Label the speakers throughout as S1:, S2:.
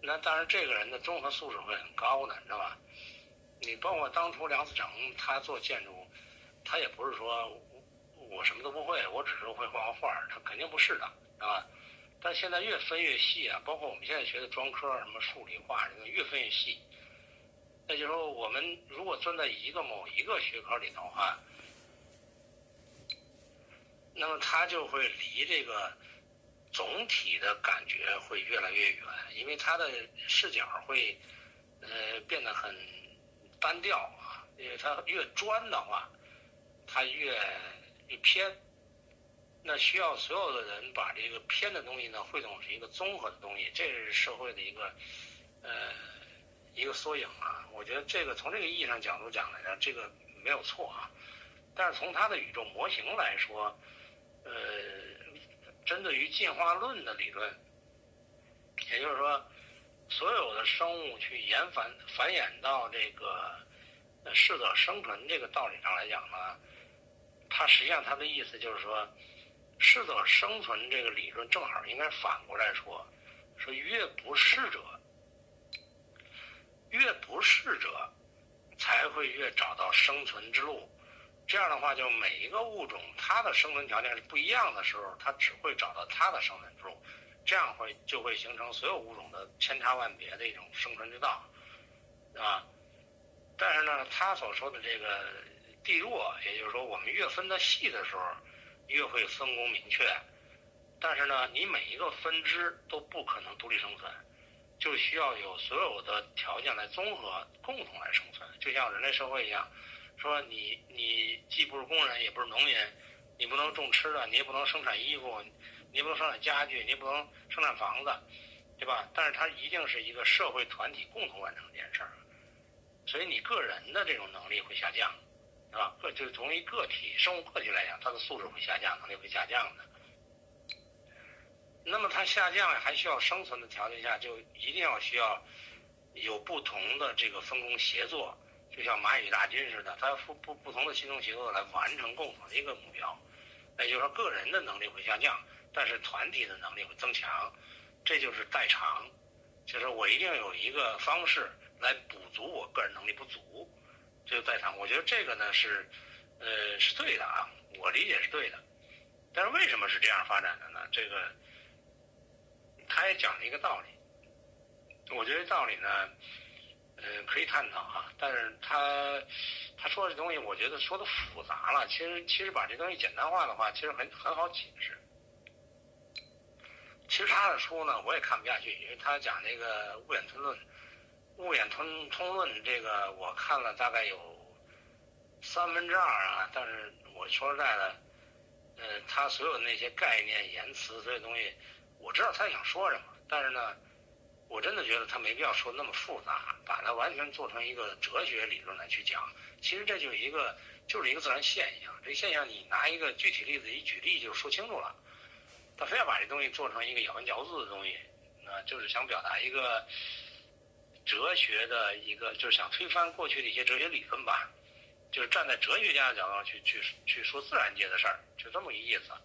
S1: 那当然这个人的综合素质会很高的，知道吧？你包括当初梁思成他做建筑，他也不是说我什么都不会，我只是会画画，他肯定不是的，啊。但现在越分越细啊，包括我们现在学的专科，什么数理化，越分越细。那就是说，我们如果钻在某一个学科里头啊，那么他就会离这个总体的感觉会越来越远，因为他的视角会变得很单调啊，因为他越专的话，他越偏。那需要所有的人把这个偏的东西呢汇总成一个综合的东西，这是社会的一个缩影啊。我觉得这个从这个意义上角度讲来呢，这个没有错啊。但是从它的宇宙模型来说，针对于进化论的理论，也就是说，所有的生物去繁衍到这个适者生存这个道理上来讲呢，它实际上它的意思就是说，适者生存这个理论正好应该反过来说越不适者才会越找到生存之路。这样的话，就每一个物种它的生存条件是不一样的时候，它只会找到它的生存之路，这样就会形成所有物种的千差万别的一种生存之道，啊。但是呢，他所说的这个地弱，也就是说我们越分得细的时候，越会分工明确。但是呢，你每一个分支都不可能独立生存，就需要有所有的条件来综合，共同来生存。就像人类社会一样，说你既不是工人，也不是农民，你不能种吃的，你也不能生产衣服，你也不能生产家具，你也不能生产房子，对吧？但是它一定是一个社会团体共同完成这件事儿，所以你个人的这种能力会下降，是吧？就是从一个体生物个体来讲，它的素质会下降，能力会下降的。那么它下降还需要生存的条件下，就一定需要有不同的这个分工协作，就像蚂蚁大军似的，它不同的协同协作来完成共同的一个目标。也就是说，个人的能力会下降，但是团体的能力会增强，这就是代偿。就是我一定有一个方式来补足我个人能力不足，这就代偿。我觉得这个呢是对的啊，我理解是对的。但是为什么是这样发展的呢？这个他也讲了一个道理，我觉得道理呢，可以探讨啊。但是他说的这东西，我觉得说的复杂了。其实把这东西简单化的话，其实很好解释。其实他的书呢，我也看不下去，因为他讲那个物演通论，这个我看了大概有2/3啊。但是我说实在的，他所有的那些概念、言辞，这些东西，我知道他想说什么，但是呢，我真的觉得他没必要说那么复杂，把它完全做成一个哲学理论来去讲。其实这就是一个自然现象，这现象你拿一个具体例子一举例就说清楚了。他非要把这东西做成一个咬文嚼字的东西，就是想表达一个哲学的就是想推翻过去的一些哲学理论吧，就是站在哲学家的角度上去说自然界的事儿，就这么个意思。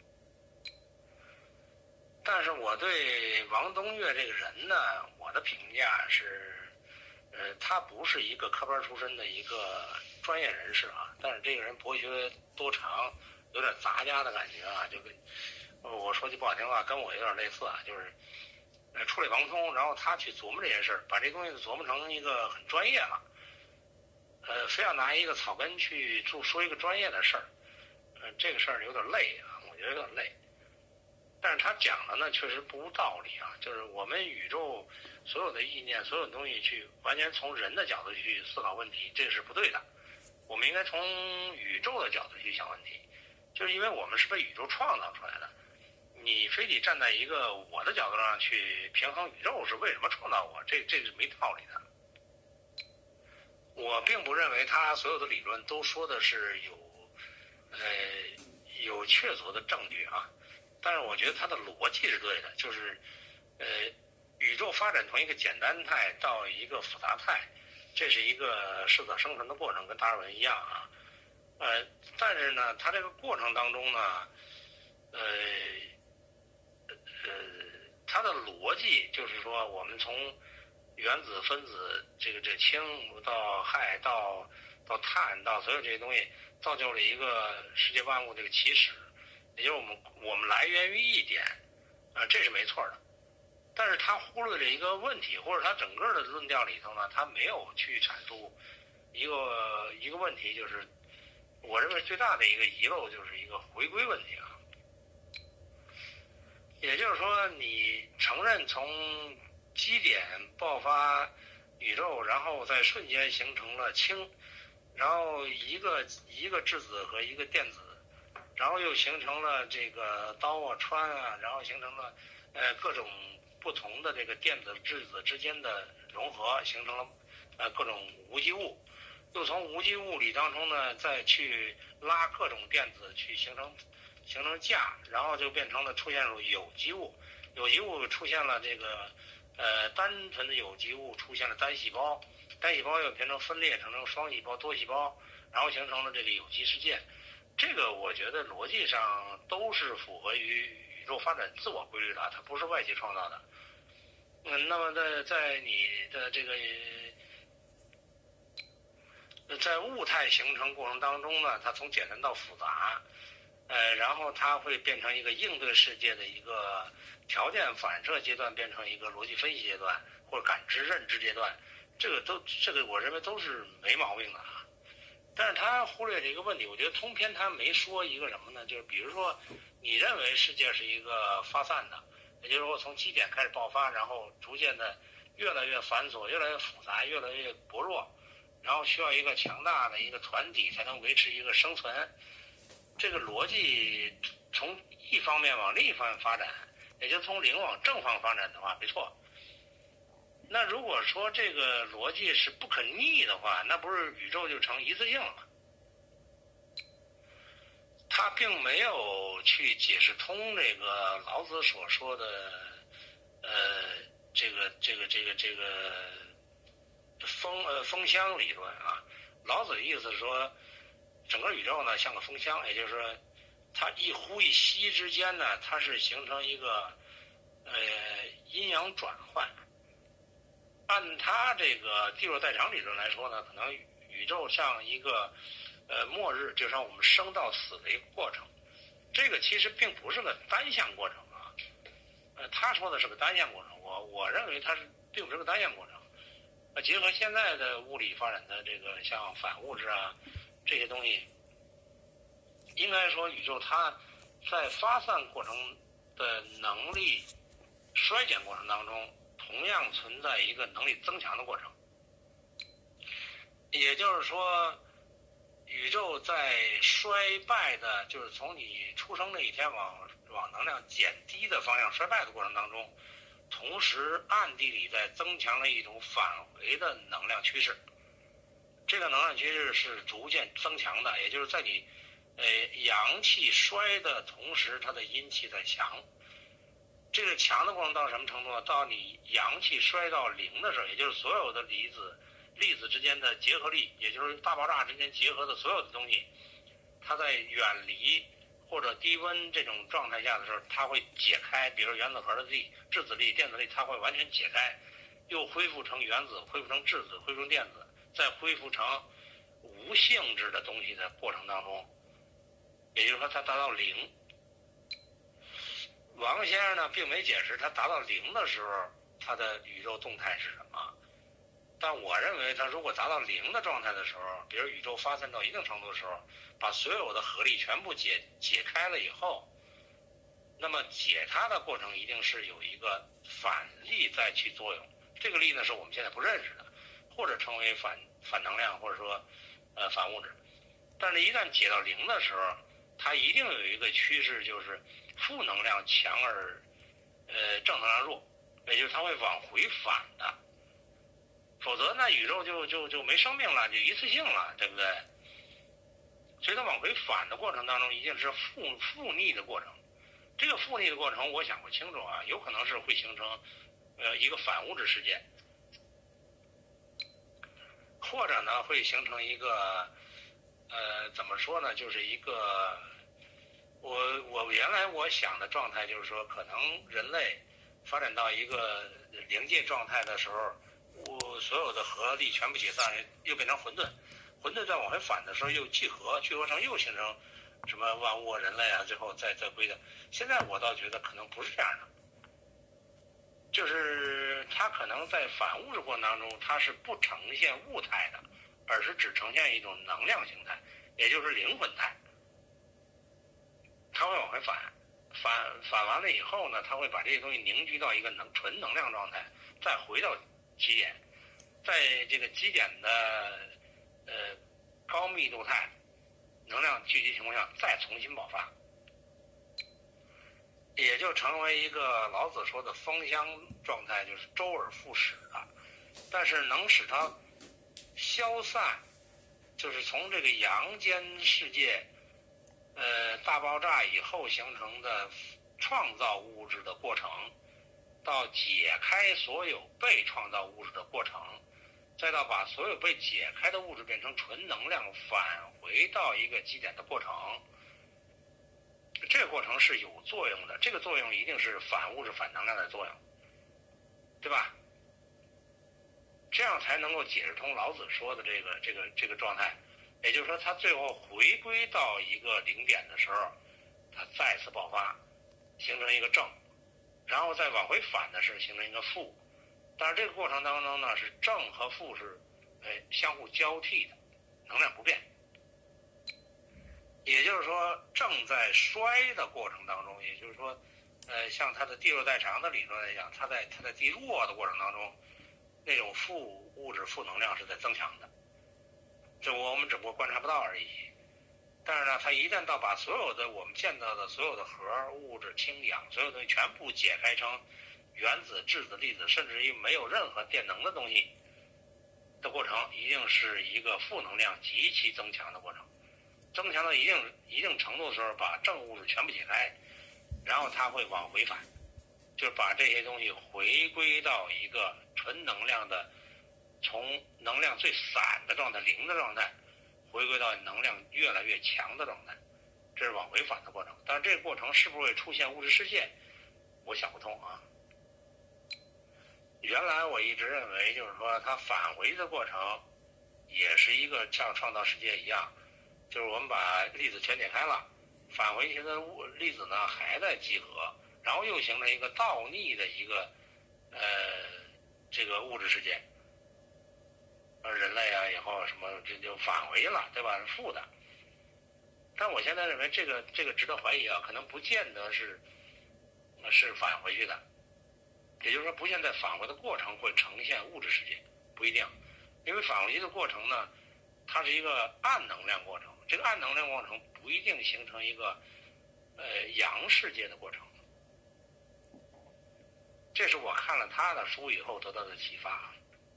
S1: 但是我对王东岳这个人呢，我的评价是，他不是一个科班出身的一个专业人士啊，但是这个人博学多长，有点杂家的感觉啊，就跟我说句不好听话，跟我有点类似啊，就是触类旁通，然后他去琢磨这些事儿，把这东西琢磨成一个很专业了，非要拿一个草根去说一个专业的事儿，这个事儿有点累啊，我觉得有点累。但是他讲的呢，确实不无道理啊，就是我们宇宙所有的意念、所有的东西去完全从人的角度去思考问题，这是不对的。我们应该从宇宙的角度去想问题，就是因为我们是被宇宙创造出来的。你非得站在一个我的角度上去平衡宇宙是为什么创造我，这是没道理的。我并不认为他所有的理论都说的是有确凿的证据啊。但是我觉得它的逻辑是对的，就是宇宙发展从一个简单态到一个复杂态，这是一个适者生存的过程，跟达尔文一样啊。但是呢，它这个过程当中呢， 它的逻辑就是说，我们从原子、分子这氢到氦到碳到所有这些东西，造就了一个世界万物这个起始，也就是我们来源于一点，这是没错的。但是他忽略了一个问题，或者他整个的论调里头呢，他没有去阐述一个问题，就是我认为最大的一个遗漏就是一个回归问题啊。也就是说，你承认从基点爆发宇宙，然后在瞬间形成了氢，然后一个质子和一个电子，然后又形成了这个氘啊、氚啊，然后形成了各种不同的这个电子质子之间的融合，形成了各种无机物，又从无机物里当中呢再去拉各种电子去形成价，然后就变成了出现了有机物，有机物出现了这个单纯的有机物出现了单细胞，单细胞又变成分裂成双细胞、多细胞，然后形成了这个有机世界。这个我觉得逻辑上都是符合于宇宙发展自我规律的，它不是外界创造的。那么在你的这个在物态形成过程当中呢，它从简单到复杂，然后它会变成一个应对世界的一个条件反射阶段，变成一个逻辑分析阶段或者感知认知阶段，这个我认为都是没毛病的啊。但是他忽略这个问题，我觉得通篇他没说一个什么呢？就是比如说，你认为世界是一个发散的，也就是说从基点开始爆发，然后逐渐的越来越繁琐、越来越复杂、越来越薄弱，然后需要一个强大的一个团体才能维持一个生存。这个逻辑从一方面往另一方面发展，也就从零往正方发展的话，没错。那如果说这个逻辑是不可逆的话，那不是宇宙就成一次性了吗？他并没有去解释通这个老子所说的这个风箱理论啊。老子的意思是说，整个宇宙呢像个风箱，也就是说它一呼一吸之间呢，它是形成一个阴阳转换。按他这个地弱代偿理论来说呢，可能宇宙像一个末日，就像我们生到死的一个过程。这个其实并不是个单向过程啊。他说的是个单向过程，我认为它并不是个单向过程。结合现在的物理发展的这个像反物质啊这些东西，应该说宇宙它在发散过程的能力衰减过程当中，同样存在一个能力增强的过程。也就是说，宇宙在衰败的，就是从你出生那一天往能量减低的方向衰败的过程当中，同时暗地里在增强了一种返回的能量趋势。这个能量趋势是逐渐增强的，也就是在你阳气衰的同时，它的阴气在强。这个强的过程到什么程度呢？到你阳气衰到零的时候，也就是所有的粒子之间的结合力，也就是大爆炸之间结合的所有的东西，它在远离或者低温这种状态下的时候，它会解开，比如原子核的力、质子力、电子力，它会完全解开，又恢复成原子，恢复成质子，恢复成电子，再恢复成无性质的东西的过程当中，也就是说它达到零。王先生呢并没解释它达到零的时候它的宇宙动态是什么，但我认为它如果达到零的状态的时候，比如宇宙发散到一定程度的时候，把所有的合力全部解开了以后，那么解它的过程一定是有一个反力再去作用，这个力呢是我们现在不认识的，或者称为反能量，或者说反物质。但是一旦解到零的时候，它一定有一个趋势，就是负能量强而正能量弱，也就是它会往回反的，否则那宇宙就没生命了，就一次性了，对不对？所以它往回反的过程当中，一定是负逆的过程。这个负逆的过程，我想不清楚啊，有可能是会形成一个反物质世界，或者呢会形成一个怎么说呢，就是一个我原来我想的状态，就是说可能人类发展到一个临界状态的时候，所有的核力全部解散，又变成混沌，混沌再往回返的时候又聚合，聚合成又形成什么万物人类啊，最后再归的。现在我倒觉得可能不是这样的，就是它可能在反物质过程当中，它是不呈现物态的，而是只呈现一种能量形态，也就是灵魂态。它会往回反完了以后呢，它会把这些东西凝聚到一个纯能量状态，再回到基点，在这个基点的高密度态能量聚集情况下再重新爆发，也就成为一个老子说的风香状态，就是周而复始的。但是能使它消散，就是从这个阳间世界大爆炸以后形成的创造物质的过程，到解开所有被创造物质的过程，再到把所有被解开的物质变成纯能量返回到一个基点的过程，这个过程是有作用的，这个作用一定是反物质反能量的作用，对吧？这样才能够解释通老子说的这个状态。也就是说，它最后回归到一个零点的时候，它再次爆发，形成一个正，然后再往回返的是形成一个负。但是这个过程当中呢，是正和负是相互交替的，能量不变。也就是说，正在衰的过程当中，也就是说，像它的地弱代偿的理论来讲，它在地弱的过程当中，那种负物质、负能量是在增强的。这我们只不过观察不到而已，但是呢，它一旦到把所有的我们见到的所有的核物质、氢氧所有东西全部解开成原子、质子、粒子，甚至于没有任何电能的东西的过程，一定是一个负能量极其增强的过程。增强到一定程度的时候，把正物质全部解开，然后它会往回返，就是把这些东西回归到一个纯能量的。从能量最散的状态、零的状态，回归到能量越来越强的状态，这是往回返的过程。但是这个过程是不是会出现物质世界，我想不通啊。原来我一直认为，就是说它返回的过程，也是一个像创造世界一样，就是我们把粒子全解开了，返回去的粒子呢还在集合，然后又形成一个倒逆的一个这个物质世界。人类啊，以后什么这就返回了，对吧？是负的。但我现在认为这个值得怀疑啊，可能不见得是返回去的，也就是说，不见在返回的过程会呈现物质世界，不一定，因为返回去的过程呢，它是一个暗能量过程，这个暗能量过程不一定形成一个阳世界的过程。这是我看了他的书以后得到的启发。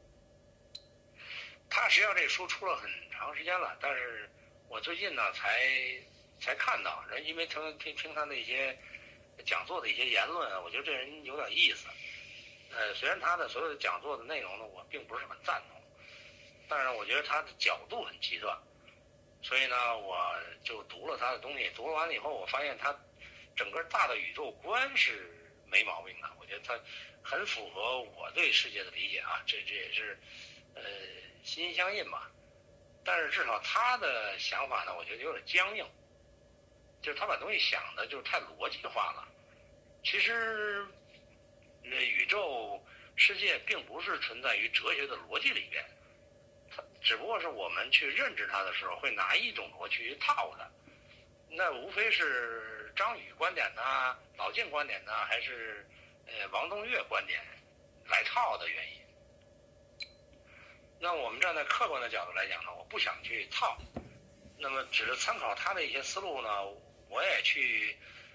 S1: 他实际上这书出了很长时间了，但是我最近呢才看到，因为听他的一些讲座的一些言论，我觉得这人有点意思。虽然他的所有的讲座的内容呢，我并不是很赞同，但是我觉得他的角度很奇特，所以呢，我就读了他的东西。读完了以后，我发现他整个大的宇宙观是没毛病的，我觉得他很符合我对世界的理解啊，这也是心心相印嘛。但是至少他的想法呢，我觉得有点僵硬，就是他把东西想的就是太逻辑化了。其实宇宙世界并不是存在于哲学的逻辑里边，它只不过是我们去认知它的时候会拿一种逻辑去套的，那无非是张宇观点呐、老静观点呐，还是王东岳观点来套的原因。那我们站在客观的角度来讲呢，我不想去套，那么只是参考他的一些思路呢，我也去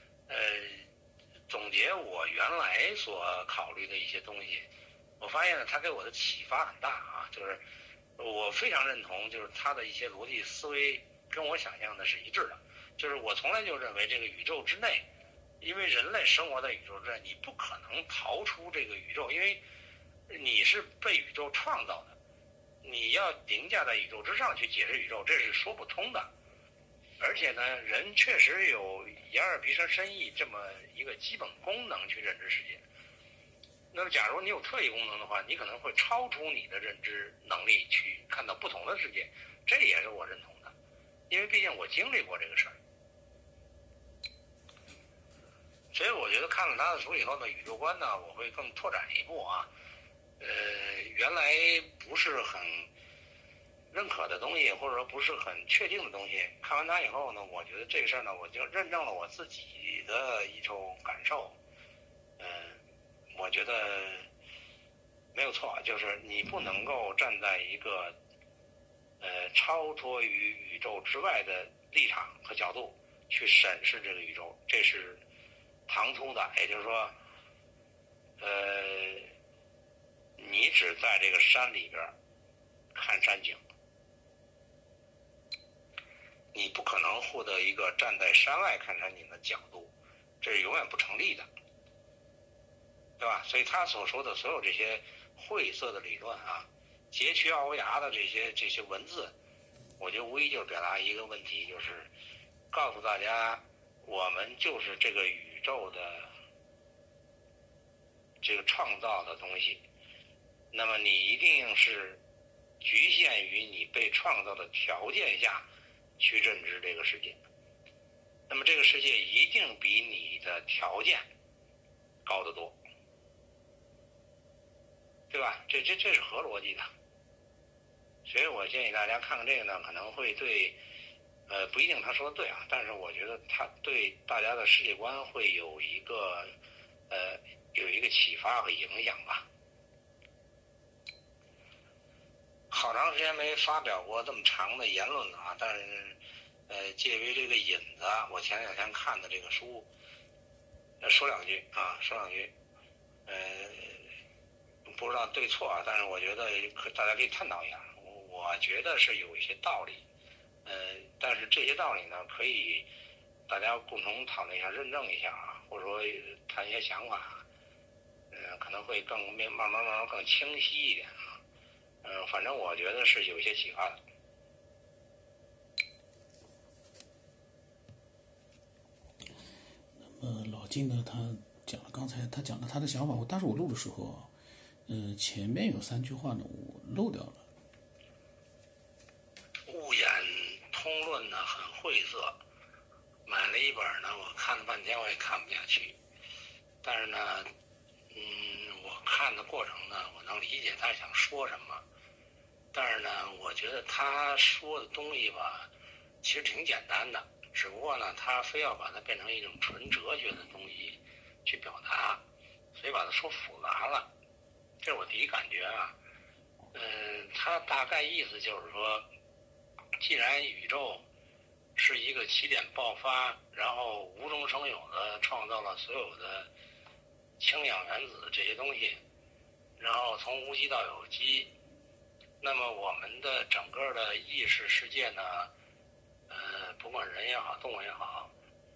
S1: 总结我原来所考虑的一些东西。我发现呢，他给我的启发很大啊，就是我非常认同，就是他的一些逻辑思维跟我想象的是一致的。就是我从来就认为这个宇宙之内，因为人类生活在宇宙之内，你不可能逃出这个宇宙，因为你是被宇宙创造的，你要凌驾在宇宙之上去解释宇宙，这是说不通的。而且呢，人确实有眼耳鼻舌身意这么一个基本功能去认知世界。 那么假如你有特异功能的话，你可能会超出你的认知能力去看到不同的世界，这也是我认同的，因为毕竟我经历过这个事儿。所以我觉得看了他的书以后呢，宇宙观呢，我会更拓展一步啊。原来不是很认可的东西，或者说不是很确定的东西，看完它以后呢，我觉得这个事儿呢，我就认证了我自己的一种感受。我觉得没有错，就是你不能够站在一个超脱于宇宙之外的立场和角度去审视这个宇宙，这是唐突的。也就是说，你只在这个山里边看山景，你不可能获得一个站在山外看山景的角度，这是永远不成立的，对吧？所以他所说的所有这些晦涩的理论啊，佶屈聱牙的这些文字，我觉得无疑就是表达一个问题，就是告诉大家，我们就是这个宇宙的这个创造的东西，那么你一定是局限于你被创造的条件下去认知这个世界，那么这个世界一定比你的条件高得多，对吧？这是合逻辑的。所以我建议大家看看这个呢，可能会对不一定他说的对啊，但是我觉得他对大家的世界观会有一个启发和影响吧。好长时间没发表过这么长的言论了啊，但是介于这个引子，我前两天看的这个书，说两句，不知道对错啊，但是我觉得大家可以探讨一下，我觉得是有一些道理，但是这些道理呢，可以大家共同讨论一下，认证一下啊，或者说谈一些想法，可能会慢慢更清晰一点啊。反正我觉得是有一些启发的。
S2: 那么老金呢，他讲了刚才他讲了他的想法，但是我录的时候，前面有3句话呢，我漏掉了。
S1: 物演通论呢很晦涩，买了一本呢，我看了半天我也看不下去，但是呢，我看的过程呢，我能理解他想说什么。但是呢，我觉得他说的东西吧，其实挺简单的，只不过呢，他非要把它变成一种纯哲学的东西去表达，所以把它说复杂了。这是我第一感觉啊。他大概意思就是说，既然宇宙是一个起点爆发，然后无中生有的创造了所有的氢氧原子这些东西，然后从无机到有机。那么我们的整个的意识世界呢，不管人也好，动物也好，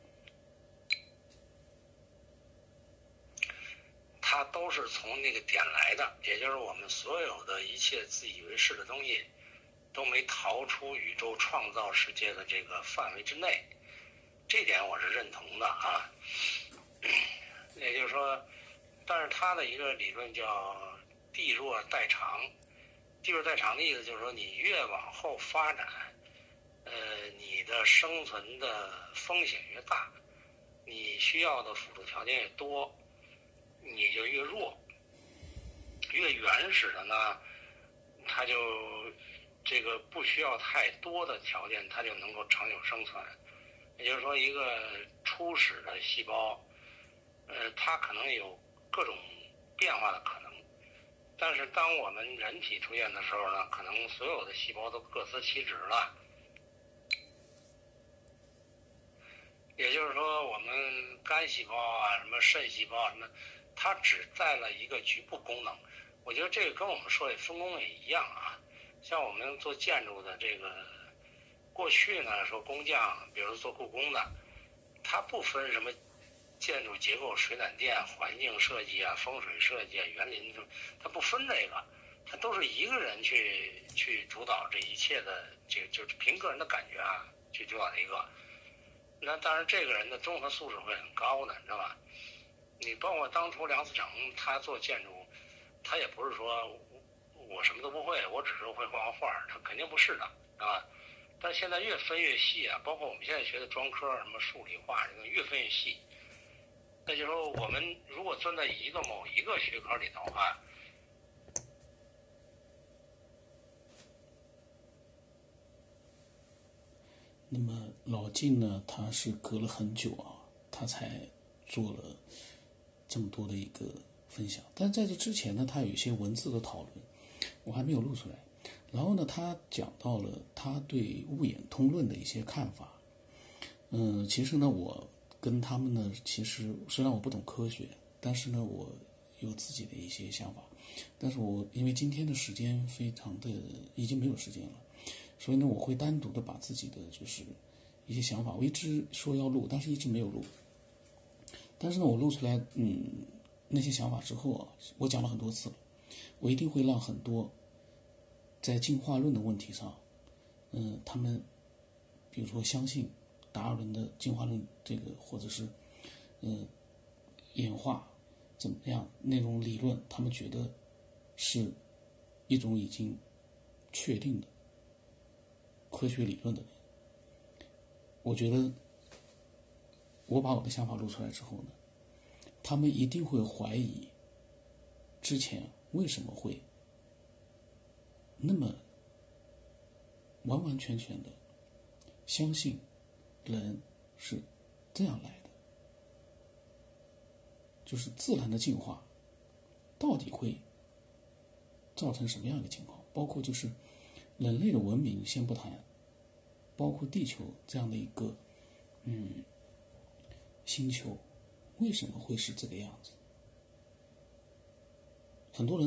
S1: 它都是从那个点来的，也就是我们所有的一切自以为是的东西，都没逃出宇宙创造世界的这个范围之内，这点我是认同的啊。也就是说，但是他的一个理论叫地弱代偿。地弱代偿的意思就是说，你越往后发展，你的生存的风险越大，你需要的辅助条件越多，你就越弱。越原始的呢，它就这个不需要太多的条件，它就能够长久生存。也就是说，一个初始的细胞，它可能有各种变化的可能。但是当我们人体出现的时候呢，可能所有的细胞都各司其职了。也就是说，我们肝细胞啊，什么肾细胞啊，什么，它只占了一个局部功能。我觉得这个跟我们说的分工也一样啊。像我们做建筑的这个，过去呢说工匠，比如做故宫的，它不分什么建筑结构、水暖电、环境设计啊、风水设计啊、园林，它不分这个，它都是一个人去主导这一切的，就是凭个人的感觉啊去主导的一个。那当然，这个人的综合素质会很高的，你知道吧？ 你包括当初梁思成他做建筑，他也不是说我什么都不会，我只是会画画，他肯定不是的啊。但现在越分越细啊，包括我们现在学的专科什么数理化，这个越分越细。那就是说，我们如果钻在某一个学科里头的话，
S2: 那么老晋呢，他是隔了很久啊，他才做了这么多的一个分享。但在这之前呢，他有一些文字的讨论，我还没有录出来。然后呢，他讲到了他对物演通论的一些看法。其实呢，我跟他们呢，其实虽然我不懂科学，但是呢，我有自己的一些想法。但是我因为今天的时间非常的已经没有时间了，所以呢，我会单独的把自己的就是一些想法，我一直说要录，但是一直没有录。但是呢，我录出来，那些想法之后啊，我讲了很多次了，我一定会让很多在进化论的问题上，他们比如说相信达尔文的进化论这个，或者是演化怎么样那种理论，他们觉得是一种已经确定的科学理论的人，我觉得我把我的想法录出来之后呢，他们一定会怀疑之前为什么会那么完完全全的相信人是这样来的，就是自然的进化到底会造成什么样的情况，包括就是人类的文明先不谈，包括地球这样的一个星球为什么会是这个样子，很多人